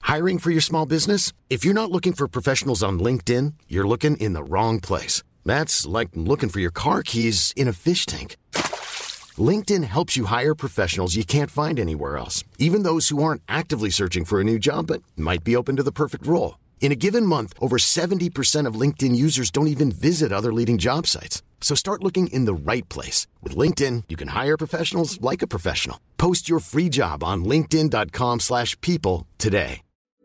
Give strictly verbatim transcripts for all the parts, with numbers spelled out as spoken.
Hiring for your small business? If you're not looking for professionals on LinkedIn, you're looking in the wrong place. That's like looking for your car keys in a fish tank. LinkedIn helps you hire professionals you can't find anywhere else, even those who aren't actively searching for a new job but might be open to the perfect role. In a given month, over seventy percent of LinkedIn users don't even visit other leading job sites. So start looking in the right place. With LinkedIn, you can hire professionals like a professional. Post your free job on linkedin.com slash people today.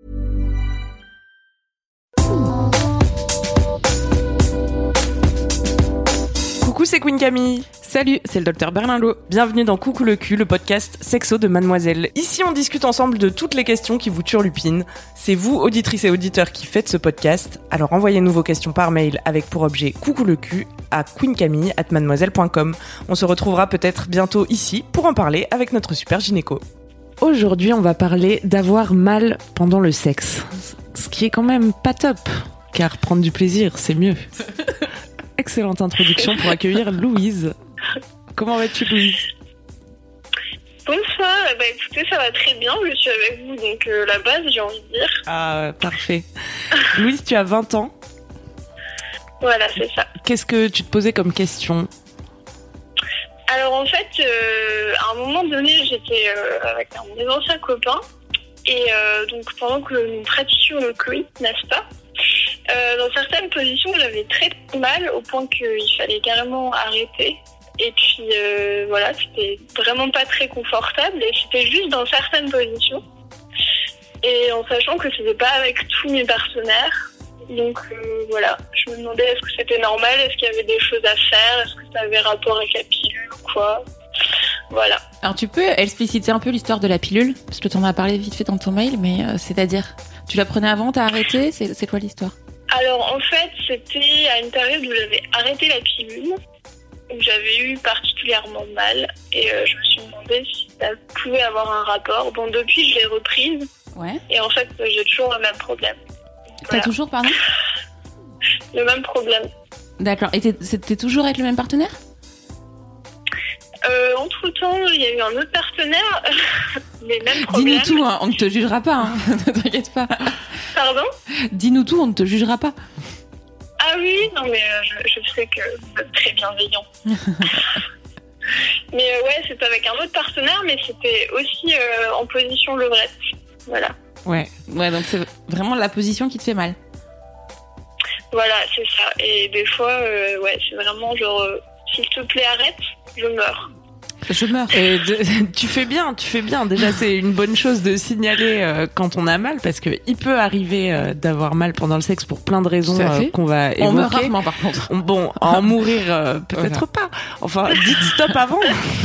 Coucou, c'est Queen Camille. Salut, c'est le docteur Berlinlot. Bienvenue dans Coucou le cul, le podcast sexo de Mademoiselle. Ici, on discute ensemble de toutes les questions qui vous turlupinent. C'est vous, auditrices et auditeurs, qui faites ce podcast. Alors envoyez-nous vos questions par mail avec pour objet Coucou le cul à queencamille arobase mademoiselle point com. On se retrouvera peut-être bientôt ici pour en parler avec notre super gynéco. Aujourd'hui, on va parler d'avoir mal pendant le sexe. Ce qui est quand même pas top, car prendre du plaisir, c'est mieux. Excellente introduction pour accueillir Louise. Comment vas-tu, Louise ? Bonsoir, bah écoutez, ça va très bien, je suis avec vous, donc euh, la base, j'ai envie de dire. Ah, parfait. Louise, tu as vingt ans. Voilà, c'est ça. Qu'est-ce que tu te posais comme question ? Alors en fait, euh, à un moment donné, j'étais euh, avec un de mes anciens copains, et euh, donc pendant que nous pratiquions le coït, n'est-ce pas ? Euh, dans certaines positions, j'avais très mal au point qu'il fallait carrément arrêter. Et puis euh, voilà, c'était vraiment pas très confortable et c'était juste dans certaines positions. Et en sachant que c'était pas avec tous mes partenaires. Donc euh, voilà, je me demandais est-ce que c'était normal, est-ce qu'il y avait des choses à faire, est-ce que ça avait rapport avec la pilule ou quoi. Voilà. Alors tu peux expliciter un peu l'histoire de la pilule ? Parce que tu en as parlé vite fait dans ton mail, mais euh, c'est-à-dire, tu la prenais avant, t'as arrêté ? C'est, c'est quoi l'histoire ? Alors en fait, c'était à une période où j'avais arrêté la pilule, où j'avais eu particulièrement mal, et euh, je me suis demandé si ça pouvait avoir un rapport. Bon, depuis, je l'ai reprise, ouais. Et en fait, j'ai toujours le même problème. Voilà. T'as toujours, pardon ? Le même problème. D'accord. Et t'es, t'es toujours avec le même partenaire ? Euh, entre-temps, il y a eu un autre partenaire, les mêmes problèmes. Dis-nous tout, hein, on ne te jugera pas, hein. Ne t'inquiète pas. Pardon ? Dis-nous tout, on ne te jugera pas. Ah oui, non mais euh, je, je sais que vous êtes très bienveillant. Mais euh, ouais, c'était avec un autre partenaire, mais c'était aussi euh, en position levrette. Voilà. Ouais, ouais, donc c'est vraiment la position qui te fait mal. Voilà, c'est ça. Et des fois, euh, ouais, c'est vraiment genre, euh, s'il te plaît, arrête, je meurs. Je meurs. Et de, tu fais bien, tu fais bien. Déjà, c'est une bonne chose de signaler euh, quand on a mal, parce que il peut arriver euh, d'avoir mal pendant le sexe pour plein de raisons euh, qu'on va évoquer. On meurt rarement, par contre. On, bon, en mourir euh, peut-être pas. Enfin, dites stop avant.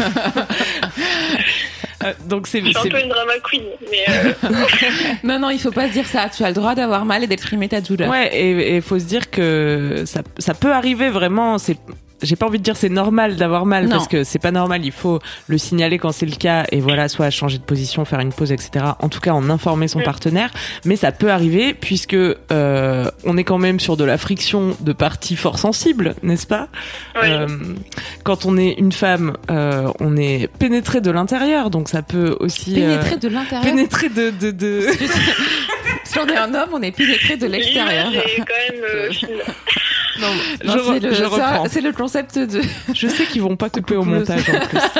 euh, donc c'est, c'est un c'est... peu une drama queen, mais euh... non, non, il faut pas se dire ça. Tu as le droit d'avoir mal et d'exprimer ta douleur. Ouais, et il faut se dire que ça, ça peut arriver vraiment. C'est J'ai pas envie de dire c'est normal d'avoir mal, non. Parce que c'est pas normal, il faut le signaler quand c'est le cas et voilà, soit changer de position, faire une pause, et cetera. En tout cas, en informer son mmh. partenaire, mais ça peut arriver puisque euh, on est quand même sur de la friction de parties fort sensibles, n'est-ce pas ? Oui. Euh, quand on est une femme, euh, on est pénétré de l'intérieur, donc ça peut aussi pénétré euh, de l'intérieur. Pénétré de de de. Si on est un homme, on est pénétré de l'extérieur. L'image est quand même euh, Non, non je, c'est, le, je reprends. Ça, c'est le concept de... Je sais qu'ils vont pas couper au montage en plus.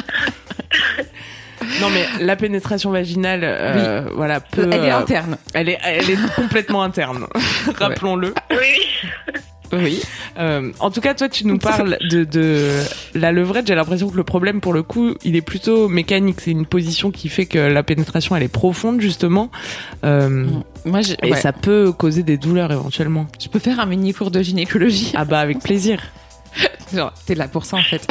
Non mais la pénétration vaginale, euh, oui. voilà, peut... Elle est interne. Elle est, elle est complètement interne. Rappelons-le. Oui. Oui. Euh, en tout cas, toi, tu nous parles de, de la levrette. J'ai l'impression que le problème, pour le coup, il est plutôt mécanique. C'est une position qui fait que la pénétration, elle est profonde, justement. Euh, Moi, j'ai, et ouais. ça peut causer des douleurs, éventuellement. Je peux faire un mini cours de gynécologie. Ah bah, avec plaisir. Genre, t'es là pour ça, en fait.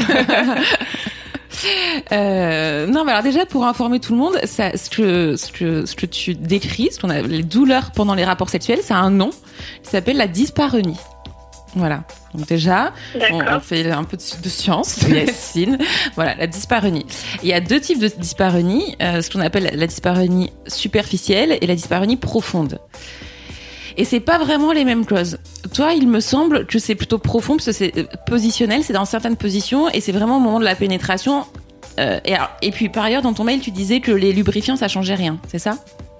Euh, non, mais alors déjà pour informer tout le monde, ça, ce que ce que ce que tu décris, ce qu'on a, les douleurs pendant les rapports sexuels, ça a un nom. Il s'appelle la dyspareunie. Voilà. Donc déjà, on, on fait un peu de, de science, de médecine. Voilà, la dyspareunie. Il y a deux types de dyspareunie, euh, ce qu'on appelle la dyspareunie superficielle et la dyspareunie profonde. Et c'est pas vraiment les mêmes choses. Toi, il me semble que c'est plutôt profond parce que c'est positionnel, c'est dans certaines positions et c'est vraiment au moment de la pénétration. Euh, et, alors, et puis par ailleurs, dans ton mail, tu disais que les lubrifiants, ça changeait rien, c'est ça ?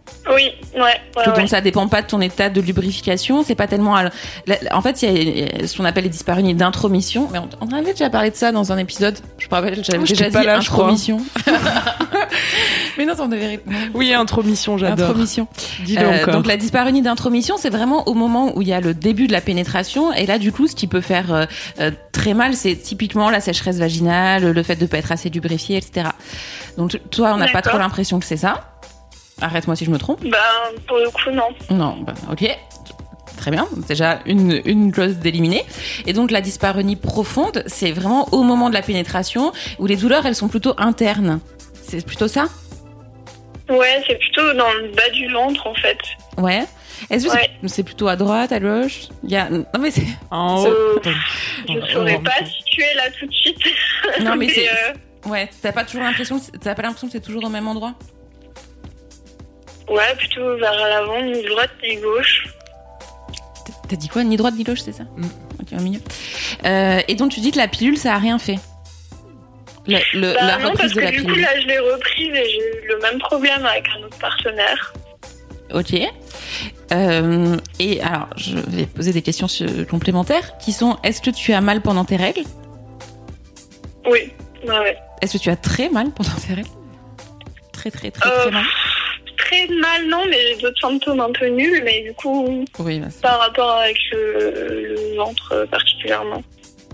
Oui, ouais. ouais donc ouais. ça dépend pas de ton état de lubrification, c'est pas tellement. À... En fait, il y a ce qu'on appelle les dyspareunies d'intromission, mais on, on avait déjà parlé de ça dans un épisode. Je me rappelle, j'avais oh, déjà dit là, intromission. Mais non, on devait. Non. Oui, intromission, j'adore. Intromission. Dis-le euh, encore. Donc la dyspareunie d'intromission, c'est vraiment au moment où il y a le début de la pénétration, et là, du coup, ce qui peut faire euh, euh, très mal, c'est typiquement la sécheresse vaginale, le fait de pas être assez lubrifié, et cetera. Donc toi, on n'a pas trop l'impression que c'est ça. Arrête-moi si je me trompe. Ben, pour le coup, non. Non, bah, ok. Très bien. Déjà, une, une clause d'éliminer. Et donc, la dyspareunie profonde, c'est vraiment au moment de la pénétration où les douleurs, elles sont plutôt internes. C'est plutôt ça ? Ouais, c'est plutôt dans le bas du ventre, en fait. Ouais. Est-ce que ouais. c'est, c'est plutôt à droite, à gauche ? Il y a... Non, mais c'est... En haut. Euh, je ne saurais pas situer là tout de suite. Non, mais, mais c'est... Euh... Ouais, t'as pas toujours l'impression... T'as pas l'impression que c'est toujours au même endroit ? Ouais, plutôt vers l'avant, ni droite, ni gauche. T'as dit quoi ? Ni droite, ni gauche, c'est ça ? mm. Ok, au milieu. Euh, et donc, tu dis que la pilule, ça a rien fait ? Le, le, bah la non, reprise parce de que la du pilule. coup, là, je l'ai reprise et j'ai eu le même problème avec un autre partenaire. Ok. Euh, et alors, je vais poser des questions complémentaires qui sont, est-ce que tu as mal pendant tes règles ? Oui, ouais, ouais. Est-ce que tu as très mal pendant tes règles ? Très, très, très, euh, très mal. Très mal, non, mais j'ai d'autres symptômes un peu nuls, mais du coup, oui, bah, par rapport avec le, le ventre particulièrement.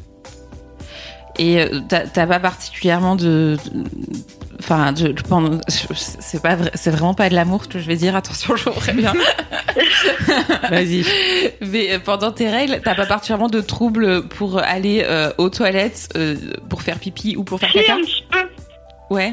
Et euh, t'as, t'as pas particulièrement de... Enfin, je, je, c'est pas vrai, c'est vraiment pas de l'amour ce que je vais dire. Attention, je vous préviens. Vas-y. Mais euh, pendant tes règles, t'as pas particulièrement de troubles pour aller euh, aux toilettes, euh, pour faire pipi ou pour faire si, caca ? un petit peu. Ouais.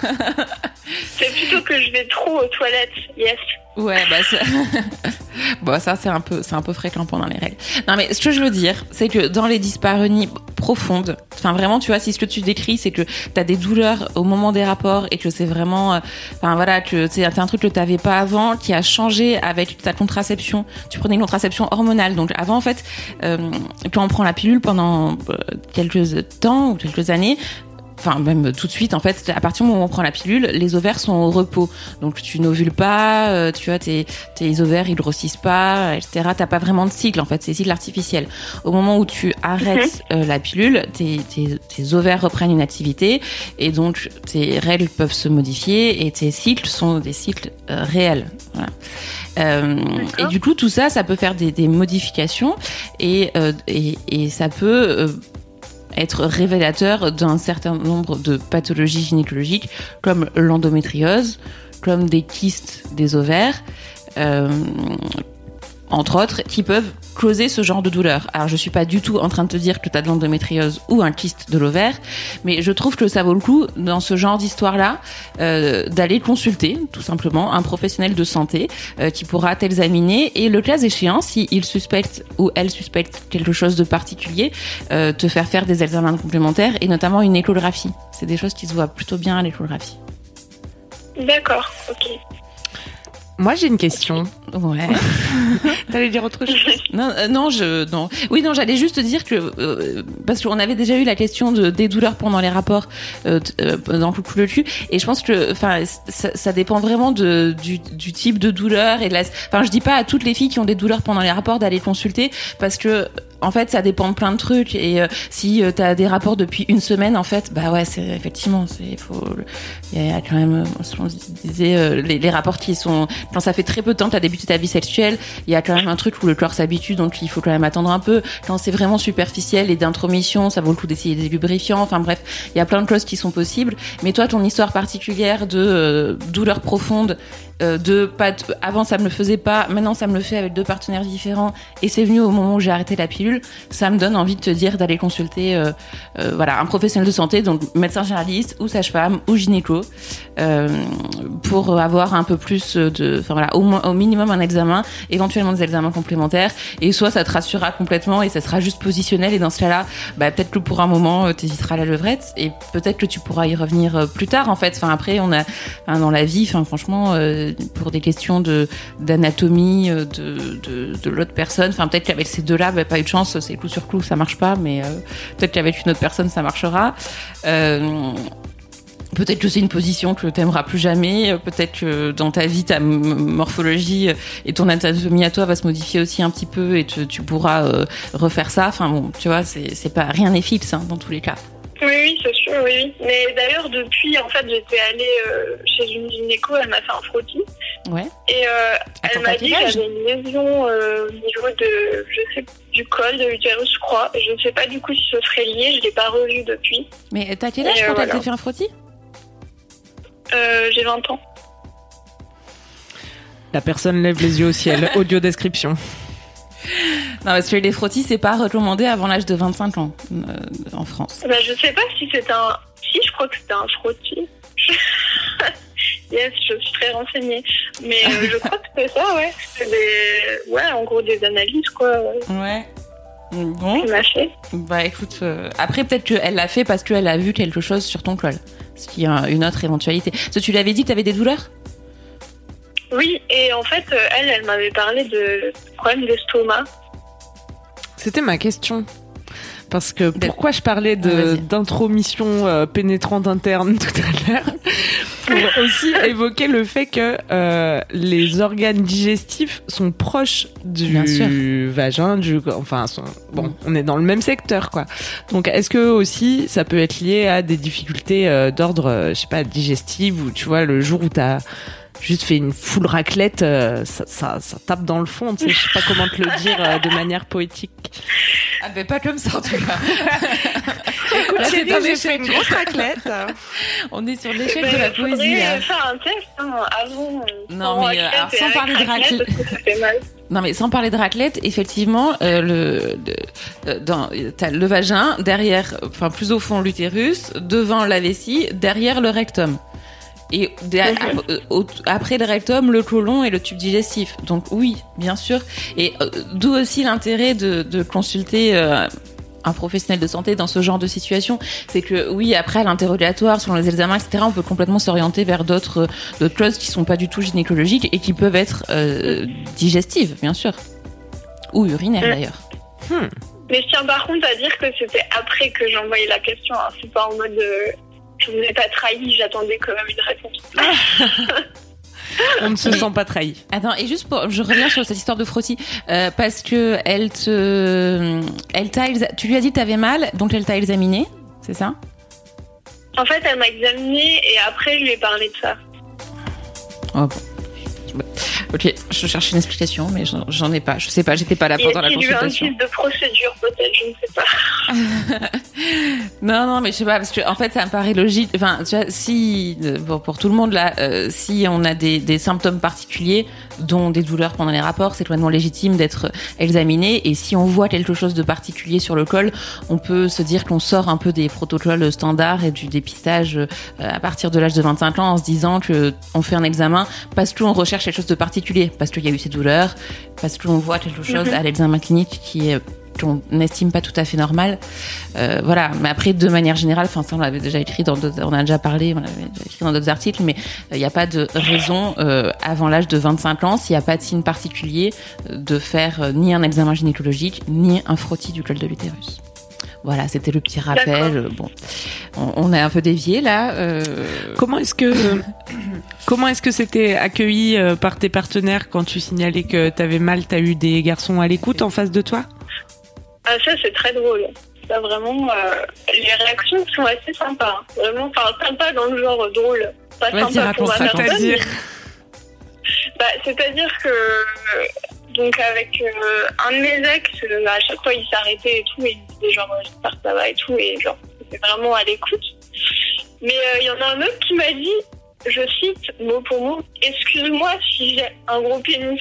C'est plutôt que je vais trop aux toilettes, yes. Ouais, bah ça... bon, ça c'est un peu, c'est un peu fréquent pendant les règles. Non, mais ce que je veux dire, c'est que dans les dyspareunies profondes, enfin vraiment, tu vois, si ce que tu décris, c'est que t'as des douleurs au moment des rapports et que c'est vraiment, enfin euh, voilà, que c'est un truc que t'avais pas avant, qui a changé avec ta contraception. Tu prenais une contraception hormonale, donc avant en fait, euh, quand on prend la pilule pendant euh, quelques temps ou quelques années. Enfin, même tout de suite, en fait, à partir du moment où on prend la pilule, les ovaires sont au repos. Donc, tu n'ovules pas, euh, tu vois, tes, tes ovaires, ils grossissent pas, et cetera. T'as pas vraiment de cycle, en fait, c'est cycle artificiel. Au moment où tu arrêtes euh, la pilule, tes, tes, tes ovaires reprennent une activité, et donc, tes règles peuvent se modifier, et tes cycles sont des cycles euh, réels. Voilà. Euh, et du coup, tout ça, ça peut faire des, des modifications, et, euh, et, et ça peut... Euh, être révélateur d'un certain nombre de pathologies gynécologiques comme l'endométriose, comme des kystes des ovaires, euh, entre autres, qui peuvent causer ce genre de douleur. Alors, je suis pas du tout en train de te dire que tu as de l'endométriose ou un kyste de l'ovaire, mais je trouve que ça vaut le coup, dans ce genre d'histoire-là, euh, d'aller consulter, tout simplement, un professionnel de santé euh, qui pourra t'examiner et, le cas échéant, s'il suspecte ou elle suspecte quelque chose de particulier, euh, te faire faire des examens complémentaires et notamment une échographie. C'est des choses qui se voient plutôt bien à l'échographie. D'accord, ok. Moi, j'ai une question. Ouais. T'allais dire autre chose ? Non, euh, non, je, non. Oui, non, j'allais juste dire que, euh, parce qu'on avait déjà eu la question de, des douleurs pendant les rapports, euh, euh, dans le coup le cul, et je pense que, enfin, ça, ça dépend vraiment de, du, du type de douleur et de la, enfin, je dis pas à toutes les filles qui ont des douleurs pendant les rapports d'aller consulter, parce que, en fait, ça dépend de plein de trucs, et euh, si euh, t'as des rapports depuis une semaine, en fait, bah ouais, c'est, effectivement, c'est, faut, il y a quand même, on disait, euh, les, les rapports qui sont, quand ça fait très peu de temps que t'as débuté ta vie sexuelle, il y a quand même un truc où le corps s'habitue, donc il faut quand même attendre un peu. Quand c'est vraiment superficiel et d'intromission, ça vaut le coup d'essayer des lubrifiants. Enfin bref, il y a plein de choses qui sont possibles. Mais toi, ton histoire particulière de euh, douleur profonde, euh, de pas de, avant ça me le faisait pas, maintenant ça me le fait avec deux partenaires différents, et c'est venu au moment où j'ai arrêté la pilule, ça me donne envie de te dire d'aller consulter, euh, euh, voilà, un professionnel de santé, donc médecin généraliste ou sage-femme ou gynéco, euh, pour avoir un peu plus de, enfin voilà, au moins, au minimum un examen, éventuellement des examens complémentaires, et soit ça te rassurera complètement et ça sera juste positionnel, et dans ce cas-là, bah, peut-être que pour un moment euh, t'hésiteras à la levrette, et peut-être que tu pourras y revenir euh, plus tard, en fait. Enfin après, on a, enfin, dans la vie, enfin franchement, euh, pour des questions de d'anatomie euh, de, de de l'autre personne, enfin peut-être qu'avec ces deux-là, bah, pas eu de chance, c'est coup sur coup, ça marche pas, mais euh, peut-être qu'avec une autre personne ça marchera. Euh, Peut-être que c'est une position que t'aimeras plus jamais. Peut-être que dans ta vie, ta morphologie et ton anatomie à toi va se modifier aussi un petit peu et te, tu pourras euh, refaire ça. Enfin bon, tu vois, c'est, c'est pas rien n'est fixe hein, dans tous les cas. Oui, oui, c'est sûr, oui, oui. Mais d'ailleurs, depuis, en fait, j'étais allée euh, chez une gynéco, elle m'a fait un frottis. Ouais. Et euh, Attends, elle m'a dit que j'avais une lésion euh, au niveau de, je sais, du col, de l'utérus, je crois. Je ne sais pas du coup si ce serait lié, je ne l'ai pas revu depuis. Mais t'as quel âge Et, quand euh, elle voilà. t'a fait un frottis? euh, J'ai vingt ans. La personne lève les yeux au ciel. Audio description. Non, parce que les frottis, c'est pas recommandé avant l'âge de vingt-cinq ans euh, en France. Bah, je sais pas si c'était un... Si, je crois que c'était un frottis. Yes, je suis très renseignée. Mais euh, je crois que c'était ça, ouais. C'était des... Ouais, en gros, des analyses, quoi. Ouais. Bon. Elle m'a fait. Bah écoute, euh, après peut-être qu'elle l'a fait parce qu'elle a vu quelque chose sur ton col. Ce qui est une autre éventualité. Parce que tu l'avais dit que t'avais des douleurs? Oui, et en fait, elle, elle m'avait parlé de problèmes d'estomac. C'était ma question. Parce que pourquoi je parlais de, Vas-y. d'intromission euh, pénétrante interne tout à l'heure, pour aussi évoquer le fait que euh, les organes digestifs sont proches Bien sûr. du vagin, du, enfin, sont, bon, Mm. on est dans le même secteur, quoi. Donc, est-ce que aussi ça peut être lié à des difficultés euh, d'ordre, euh, je sais pas, digestive, ou tu vois, le jour où t'as juste fait une full raclette, euh, ça, ça, ça tape dans le fond, tu sais, je sais pas comment te le dire euh, de manière poétique. Ah ben pas comme ça en tout cas. Écoute, Là, Thierry, c'est un j'ai échec. fait une grosse raclette. On est sur l'échec Ben, de la il faudrait poésie là. faire un test hein, avant. euh, Non, sans mais, euh, raclette alors, et sans avec parler de raclette. parce que ça fait mal. Non mais sans parler de raclette, effectivement, euh, le, le dans t'as le vagin, derrière, enfin plus au fond l'utérus, devant la vessie, derrière le rectum. Et derrière, Mhm. euh, au- après le rectum, le côlon et le tube digestif. Donc oui, bien sûr. Et euh, d'où aussi l'intérêt de, de consulter euh, un professionnel de santé dans ce genre de situation. C'est que oui, après à l'interrogatoire, selon les examens, et cetera, on peut complètement s'orienter vers d'autres, d'autres choses qui sont pas du tout gynécologiques et qui peuvent être euh, digestives, bien sûr. Ou urinaires Mhm. d'ailleurs. Hmm. Mais je tiens par contre à dire que c'était après que j'ai envoyé la question. Hein. C'est pas en mode euh, je vous ai pas trahi, j'attendais quand même une réponse. On ne se sent pas trahi. Attends, et juste pour, je reviens sur cette histoire de frottis, euh, parce que elle te, elle t'a, exa- tu lui as dit que t'avais mal, donc elle t'a examiné, c'est ça? En fait, elle m'a examinée et après je lui ai parlé de ça. Oh bon. Ok, je cherche une explication, mais j'en, j'en ai pas. Je sais pas, j'étais pas là Il y pendant la a-t-il eu un consultation. type de procédure peut-être, je ne sais pas. Non, non, mais je sais pas, parce que en fait, ça me paraît logique. Enfin, tu vois, si pour, pour tout le monde là, euh, si on a des, des symptômes particuliers, dont des douleurs pendant les rapports, c'est totalement légitime d'être examiné. Et si on voit quelque chose de particulier sur le col, on peut se dire qu'on sort un peu des protocoles standards et du dépistage euh, à partir de l'âge de vingt-cinq ans, en se disant que on fait un examen parce qu'on recherche quelque chose de particulier, parce qu'il y a eu ces douleurs, parce qu'on voit quelque chose Mhm. à l'examen clinique qui est qu'on n'estime pas tout à fait normal. Euh, voilà. Mais après, de manière générale, enfin, ça, on l'avait déjà écrit dans d'autres, on a déjà parlé, on l'avait déjà écrit dans d'autres articles, mais il n'y a pas de raison, euh, avant l'âge de vingt-cinq ans, s'il n'y a pas de signe particulier, euh, de faire euh, ni un examen gynécologique, ni un frottis du col de l'utérus. Voilà, c'était le petit rappel. Euh, Bon, on, on a un peu dévié, là. Euh... Comment est-ce que comment est-ce que c'était accueilli euh, par tes partenaires quand tu signalais que t'avais mal? T'as eu des garçons à l'écoute en face de toi? Ah, ça, c'est très drôle. Ça, vraiment, euh, les réactions sont assez sympas. hein. Vraiment, enfin, sympa dans le genre drôle. Pas Vas-y, sympa pour raconte ma ça, personne. c'est-à-dire mais- Bah, c'est-à-dire que, euh, donc, avec euh, un de mes ex, euh, à chaque fois, il s'arrêtait et tout, et il me disait genre, j'espère que ça va et tout, et genre, c'était vraiment à l'écoute. Mais euh, il y en a un autre qui m'a dit, je cite, mot pour mot, excuse-moi si j'ai un gros pénis.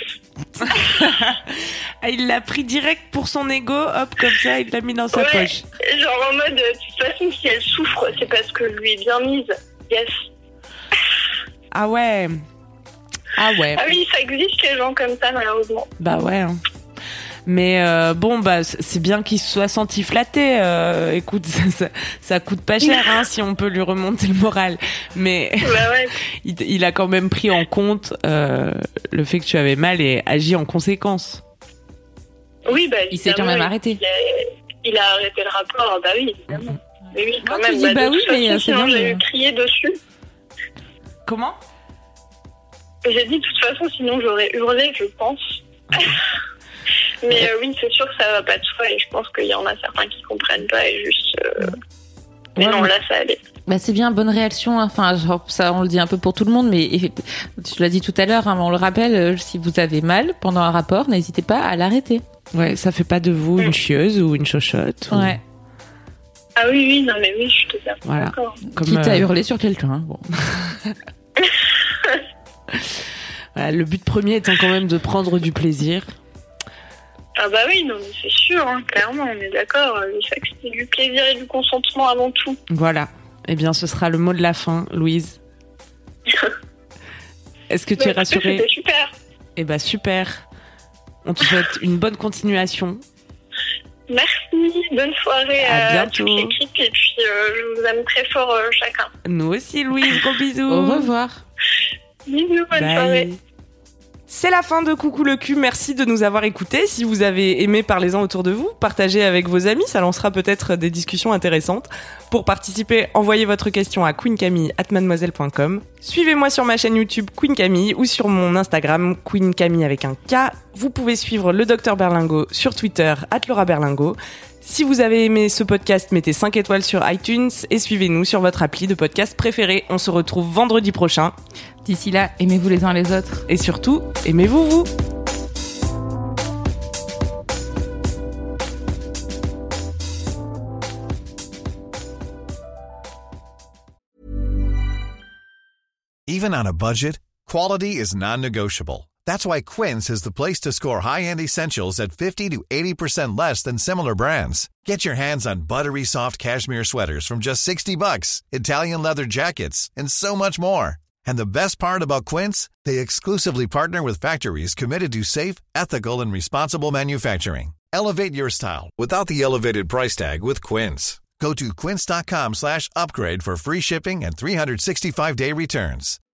Ah, il l'a pris direct pour son ego, hop, comme ça, il l'a mis dans sa Ouais. poche. Genre en mode, de toute façon, si elle souffre, c'est parce que je lui ai bien mise. Yes. Ah ouais. Ah ouais. Ah oui, ça existe les gens comme ça, malheureusement. Bah ouais. hein. Mais euh, bon, bah c- c'est bien qu'il se soit senti flatté. Euh, écoute, ça, ça, ça coûte pas cher hein, si on peut lui remonter le moral. Mais Bah ouais. il, il a quand même pris en compte euh, le fait que tu avais mal et agi en conséquence. Oui, bah Il s'est quand même évidemment, arrêté. Il a, il a arrêté le rapport, bah oui, évidemment. Mais oui, quand Moi, même. tu dis bah oui, façon, mais sinon c'est j'ai bien. crié dessus. Comment? J'ai dit de toute façon, sinon j'aurais hurlé, je pense. Mais euh, oui, c'est sûr que ça va pas de soi et je pense qu'il y en a certains qui comprennent pas et juste. Euh... Mais Ouais, non, mais- là ça allait. Bah c'est bien, bonne réaction. hein. Enfin, genre, ça, on le dit un peu pour tout le monde, mais et- tu l'as dit tout à l'heure, hein, mais on le rappelle, euh, si vous avez mal pendant un rapport, n'hésitez pas à l'arrêter. Ouais, ça fait pas de vous une chieuse ou une chochotte. ou- Ouais. Ah oui, oui, non, mais oui, je suis tout à fait Voilà. d'accord. Comme, Quitte à euh, hurler sur quelqu'un. hein. Bon. voilà, le but premier étant quand même de prendre du plaisir. Ah bah oui, non, mais c'est sûr, hein, clairement, on est d'accord. Le sexe, c'est du plaisir et du consentement avant tout. Voilà. Eh bien, ce sera le mot de la fin, Louise. Est-ce que tu Bah, es rassurée? C'était super. Eh ben, super. On te souhaite une bonne continuation. Merci, bonne soirée À à, bientôt. toute l'équipe et puis euh, je vous aime très fort euh, chacun. Nous aussi, Louise. Gros bisous. Au revoir. Bisous, bonne Bye. soirée. C'est la fin de Coucou le cul, merci de nous avoir écoutés. Si vous avez aimé, parlez-en autour de vous, partagez avec vos amis, ça lancera peut-être des discussions intéressantes. Pour participer, envoyez votre question à queencamille arobase mademoiselle point com. Suivez-moi sur ma chaîne YouTube Queen Camille ou sur mon Instagram Queen Camille avec un K. Vous pouvez suivre le docteur Berlingot sur Twitter arobase Laura Berlingot. Si vous avez aimé ce podcast, mettez cinq étoiles sur iTunes et suivez-nous sur votre appli de podcast préféré. On se retrouve vendredi prochain. D'ici là, aimez-vous les uns les autres. Et surtout, aimez-vous vous. Even on a budget, quality is non-negotiable. That's why Quince is the place to score high-end essentials at fifty to eighty percent less than similar brands. Get your hands on buttery soft cashmere sweaters from just sixty bucks, Italian leather jackets, and so much more. And the best part about Quince, they exclusively partner with factories committed to safe, ethical, and responsible manufacturing. Elevate your style without the elevated price tag with Quince. Go to quince.com slash upgrade for free shipping and three sixty-five day returns.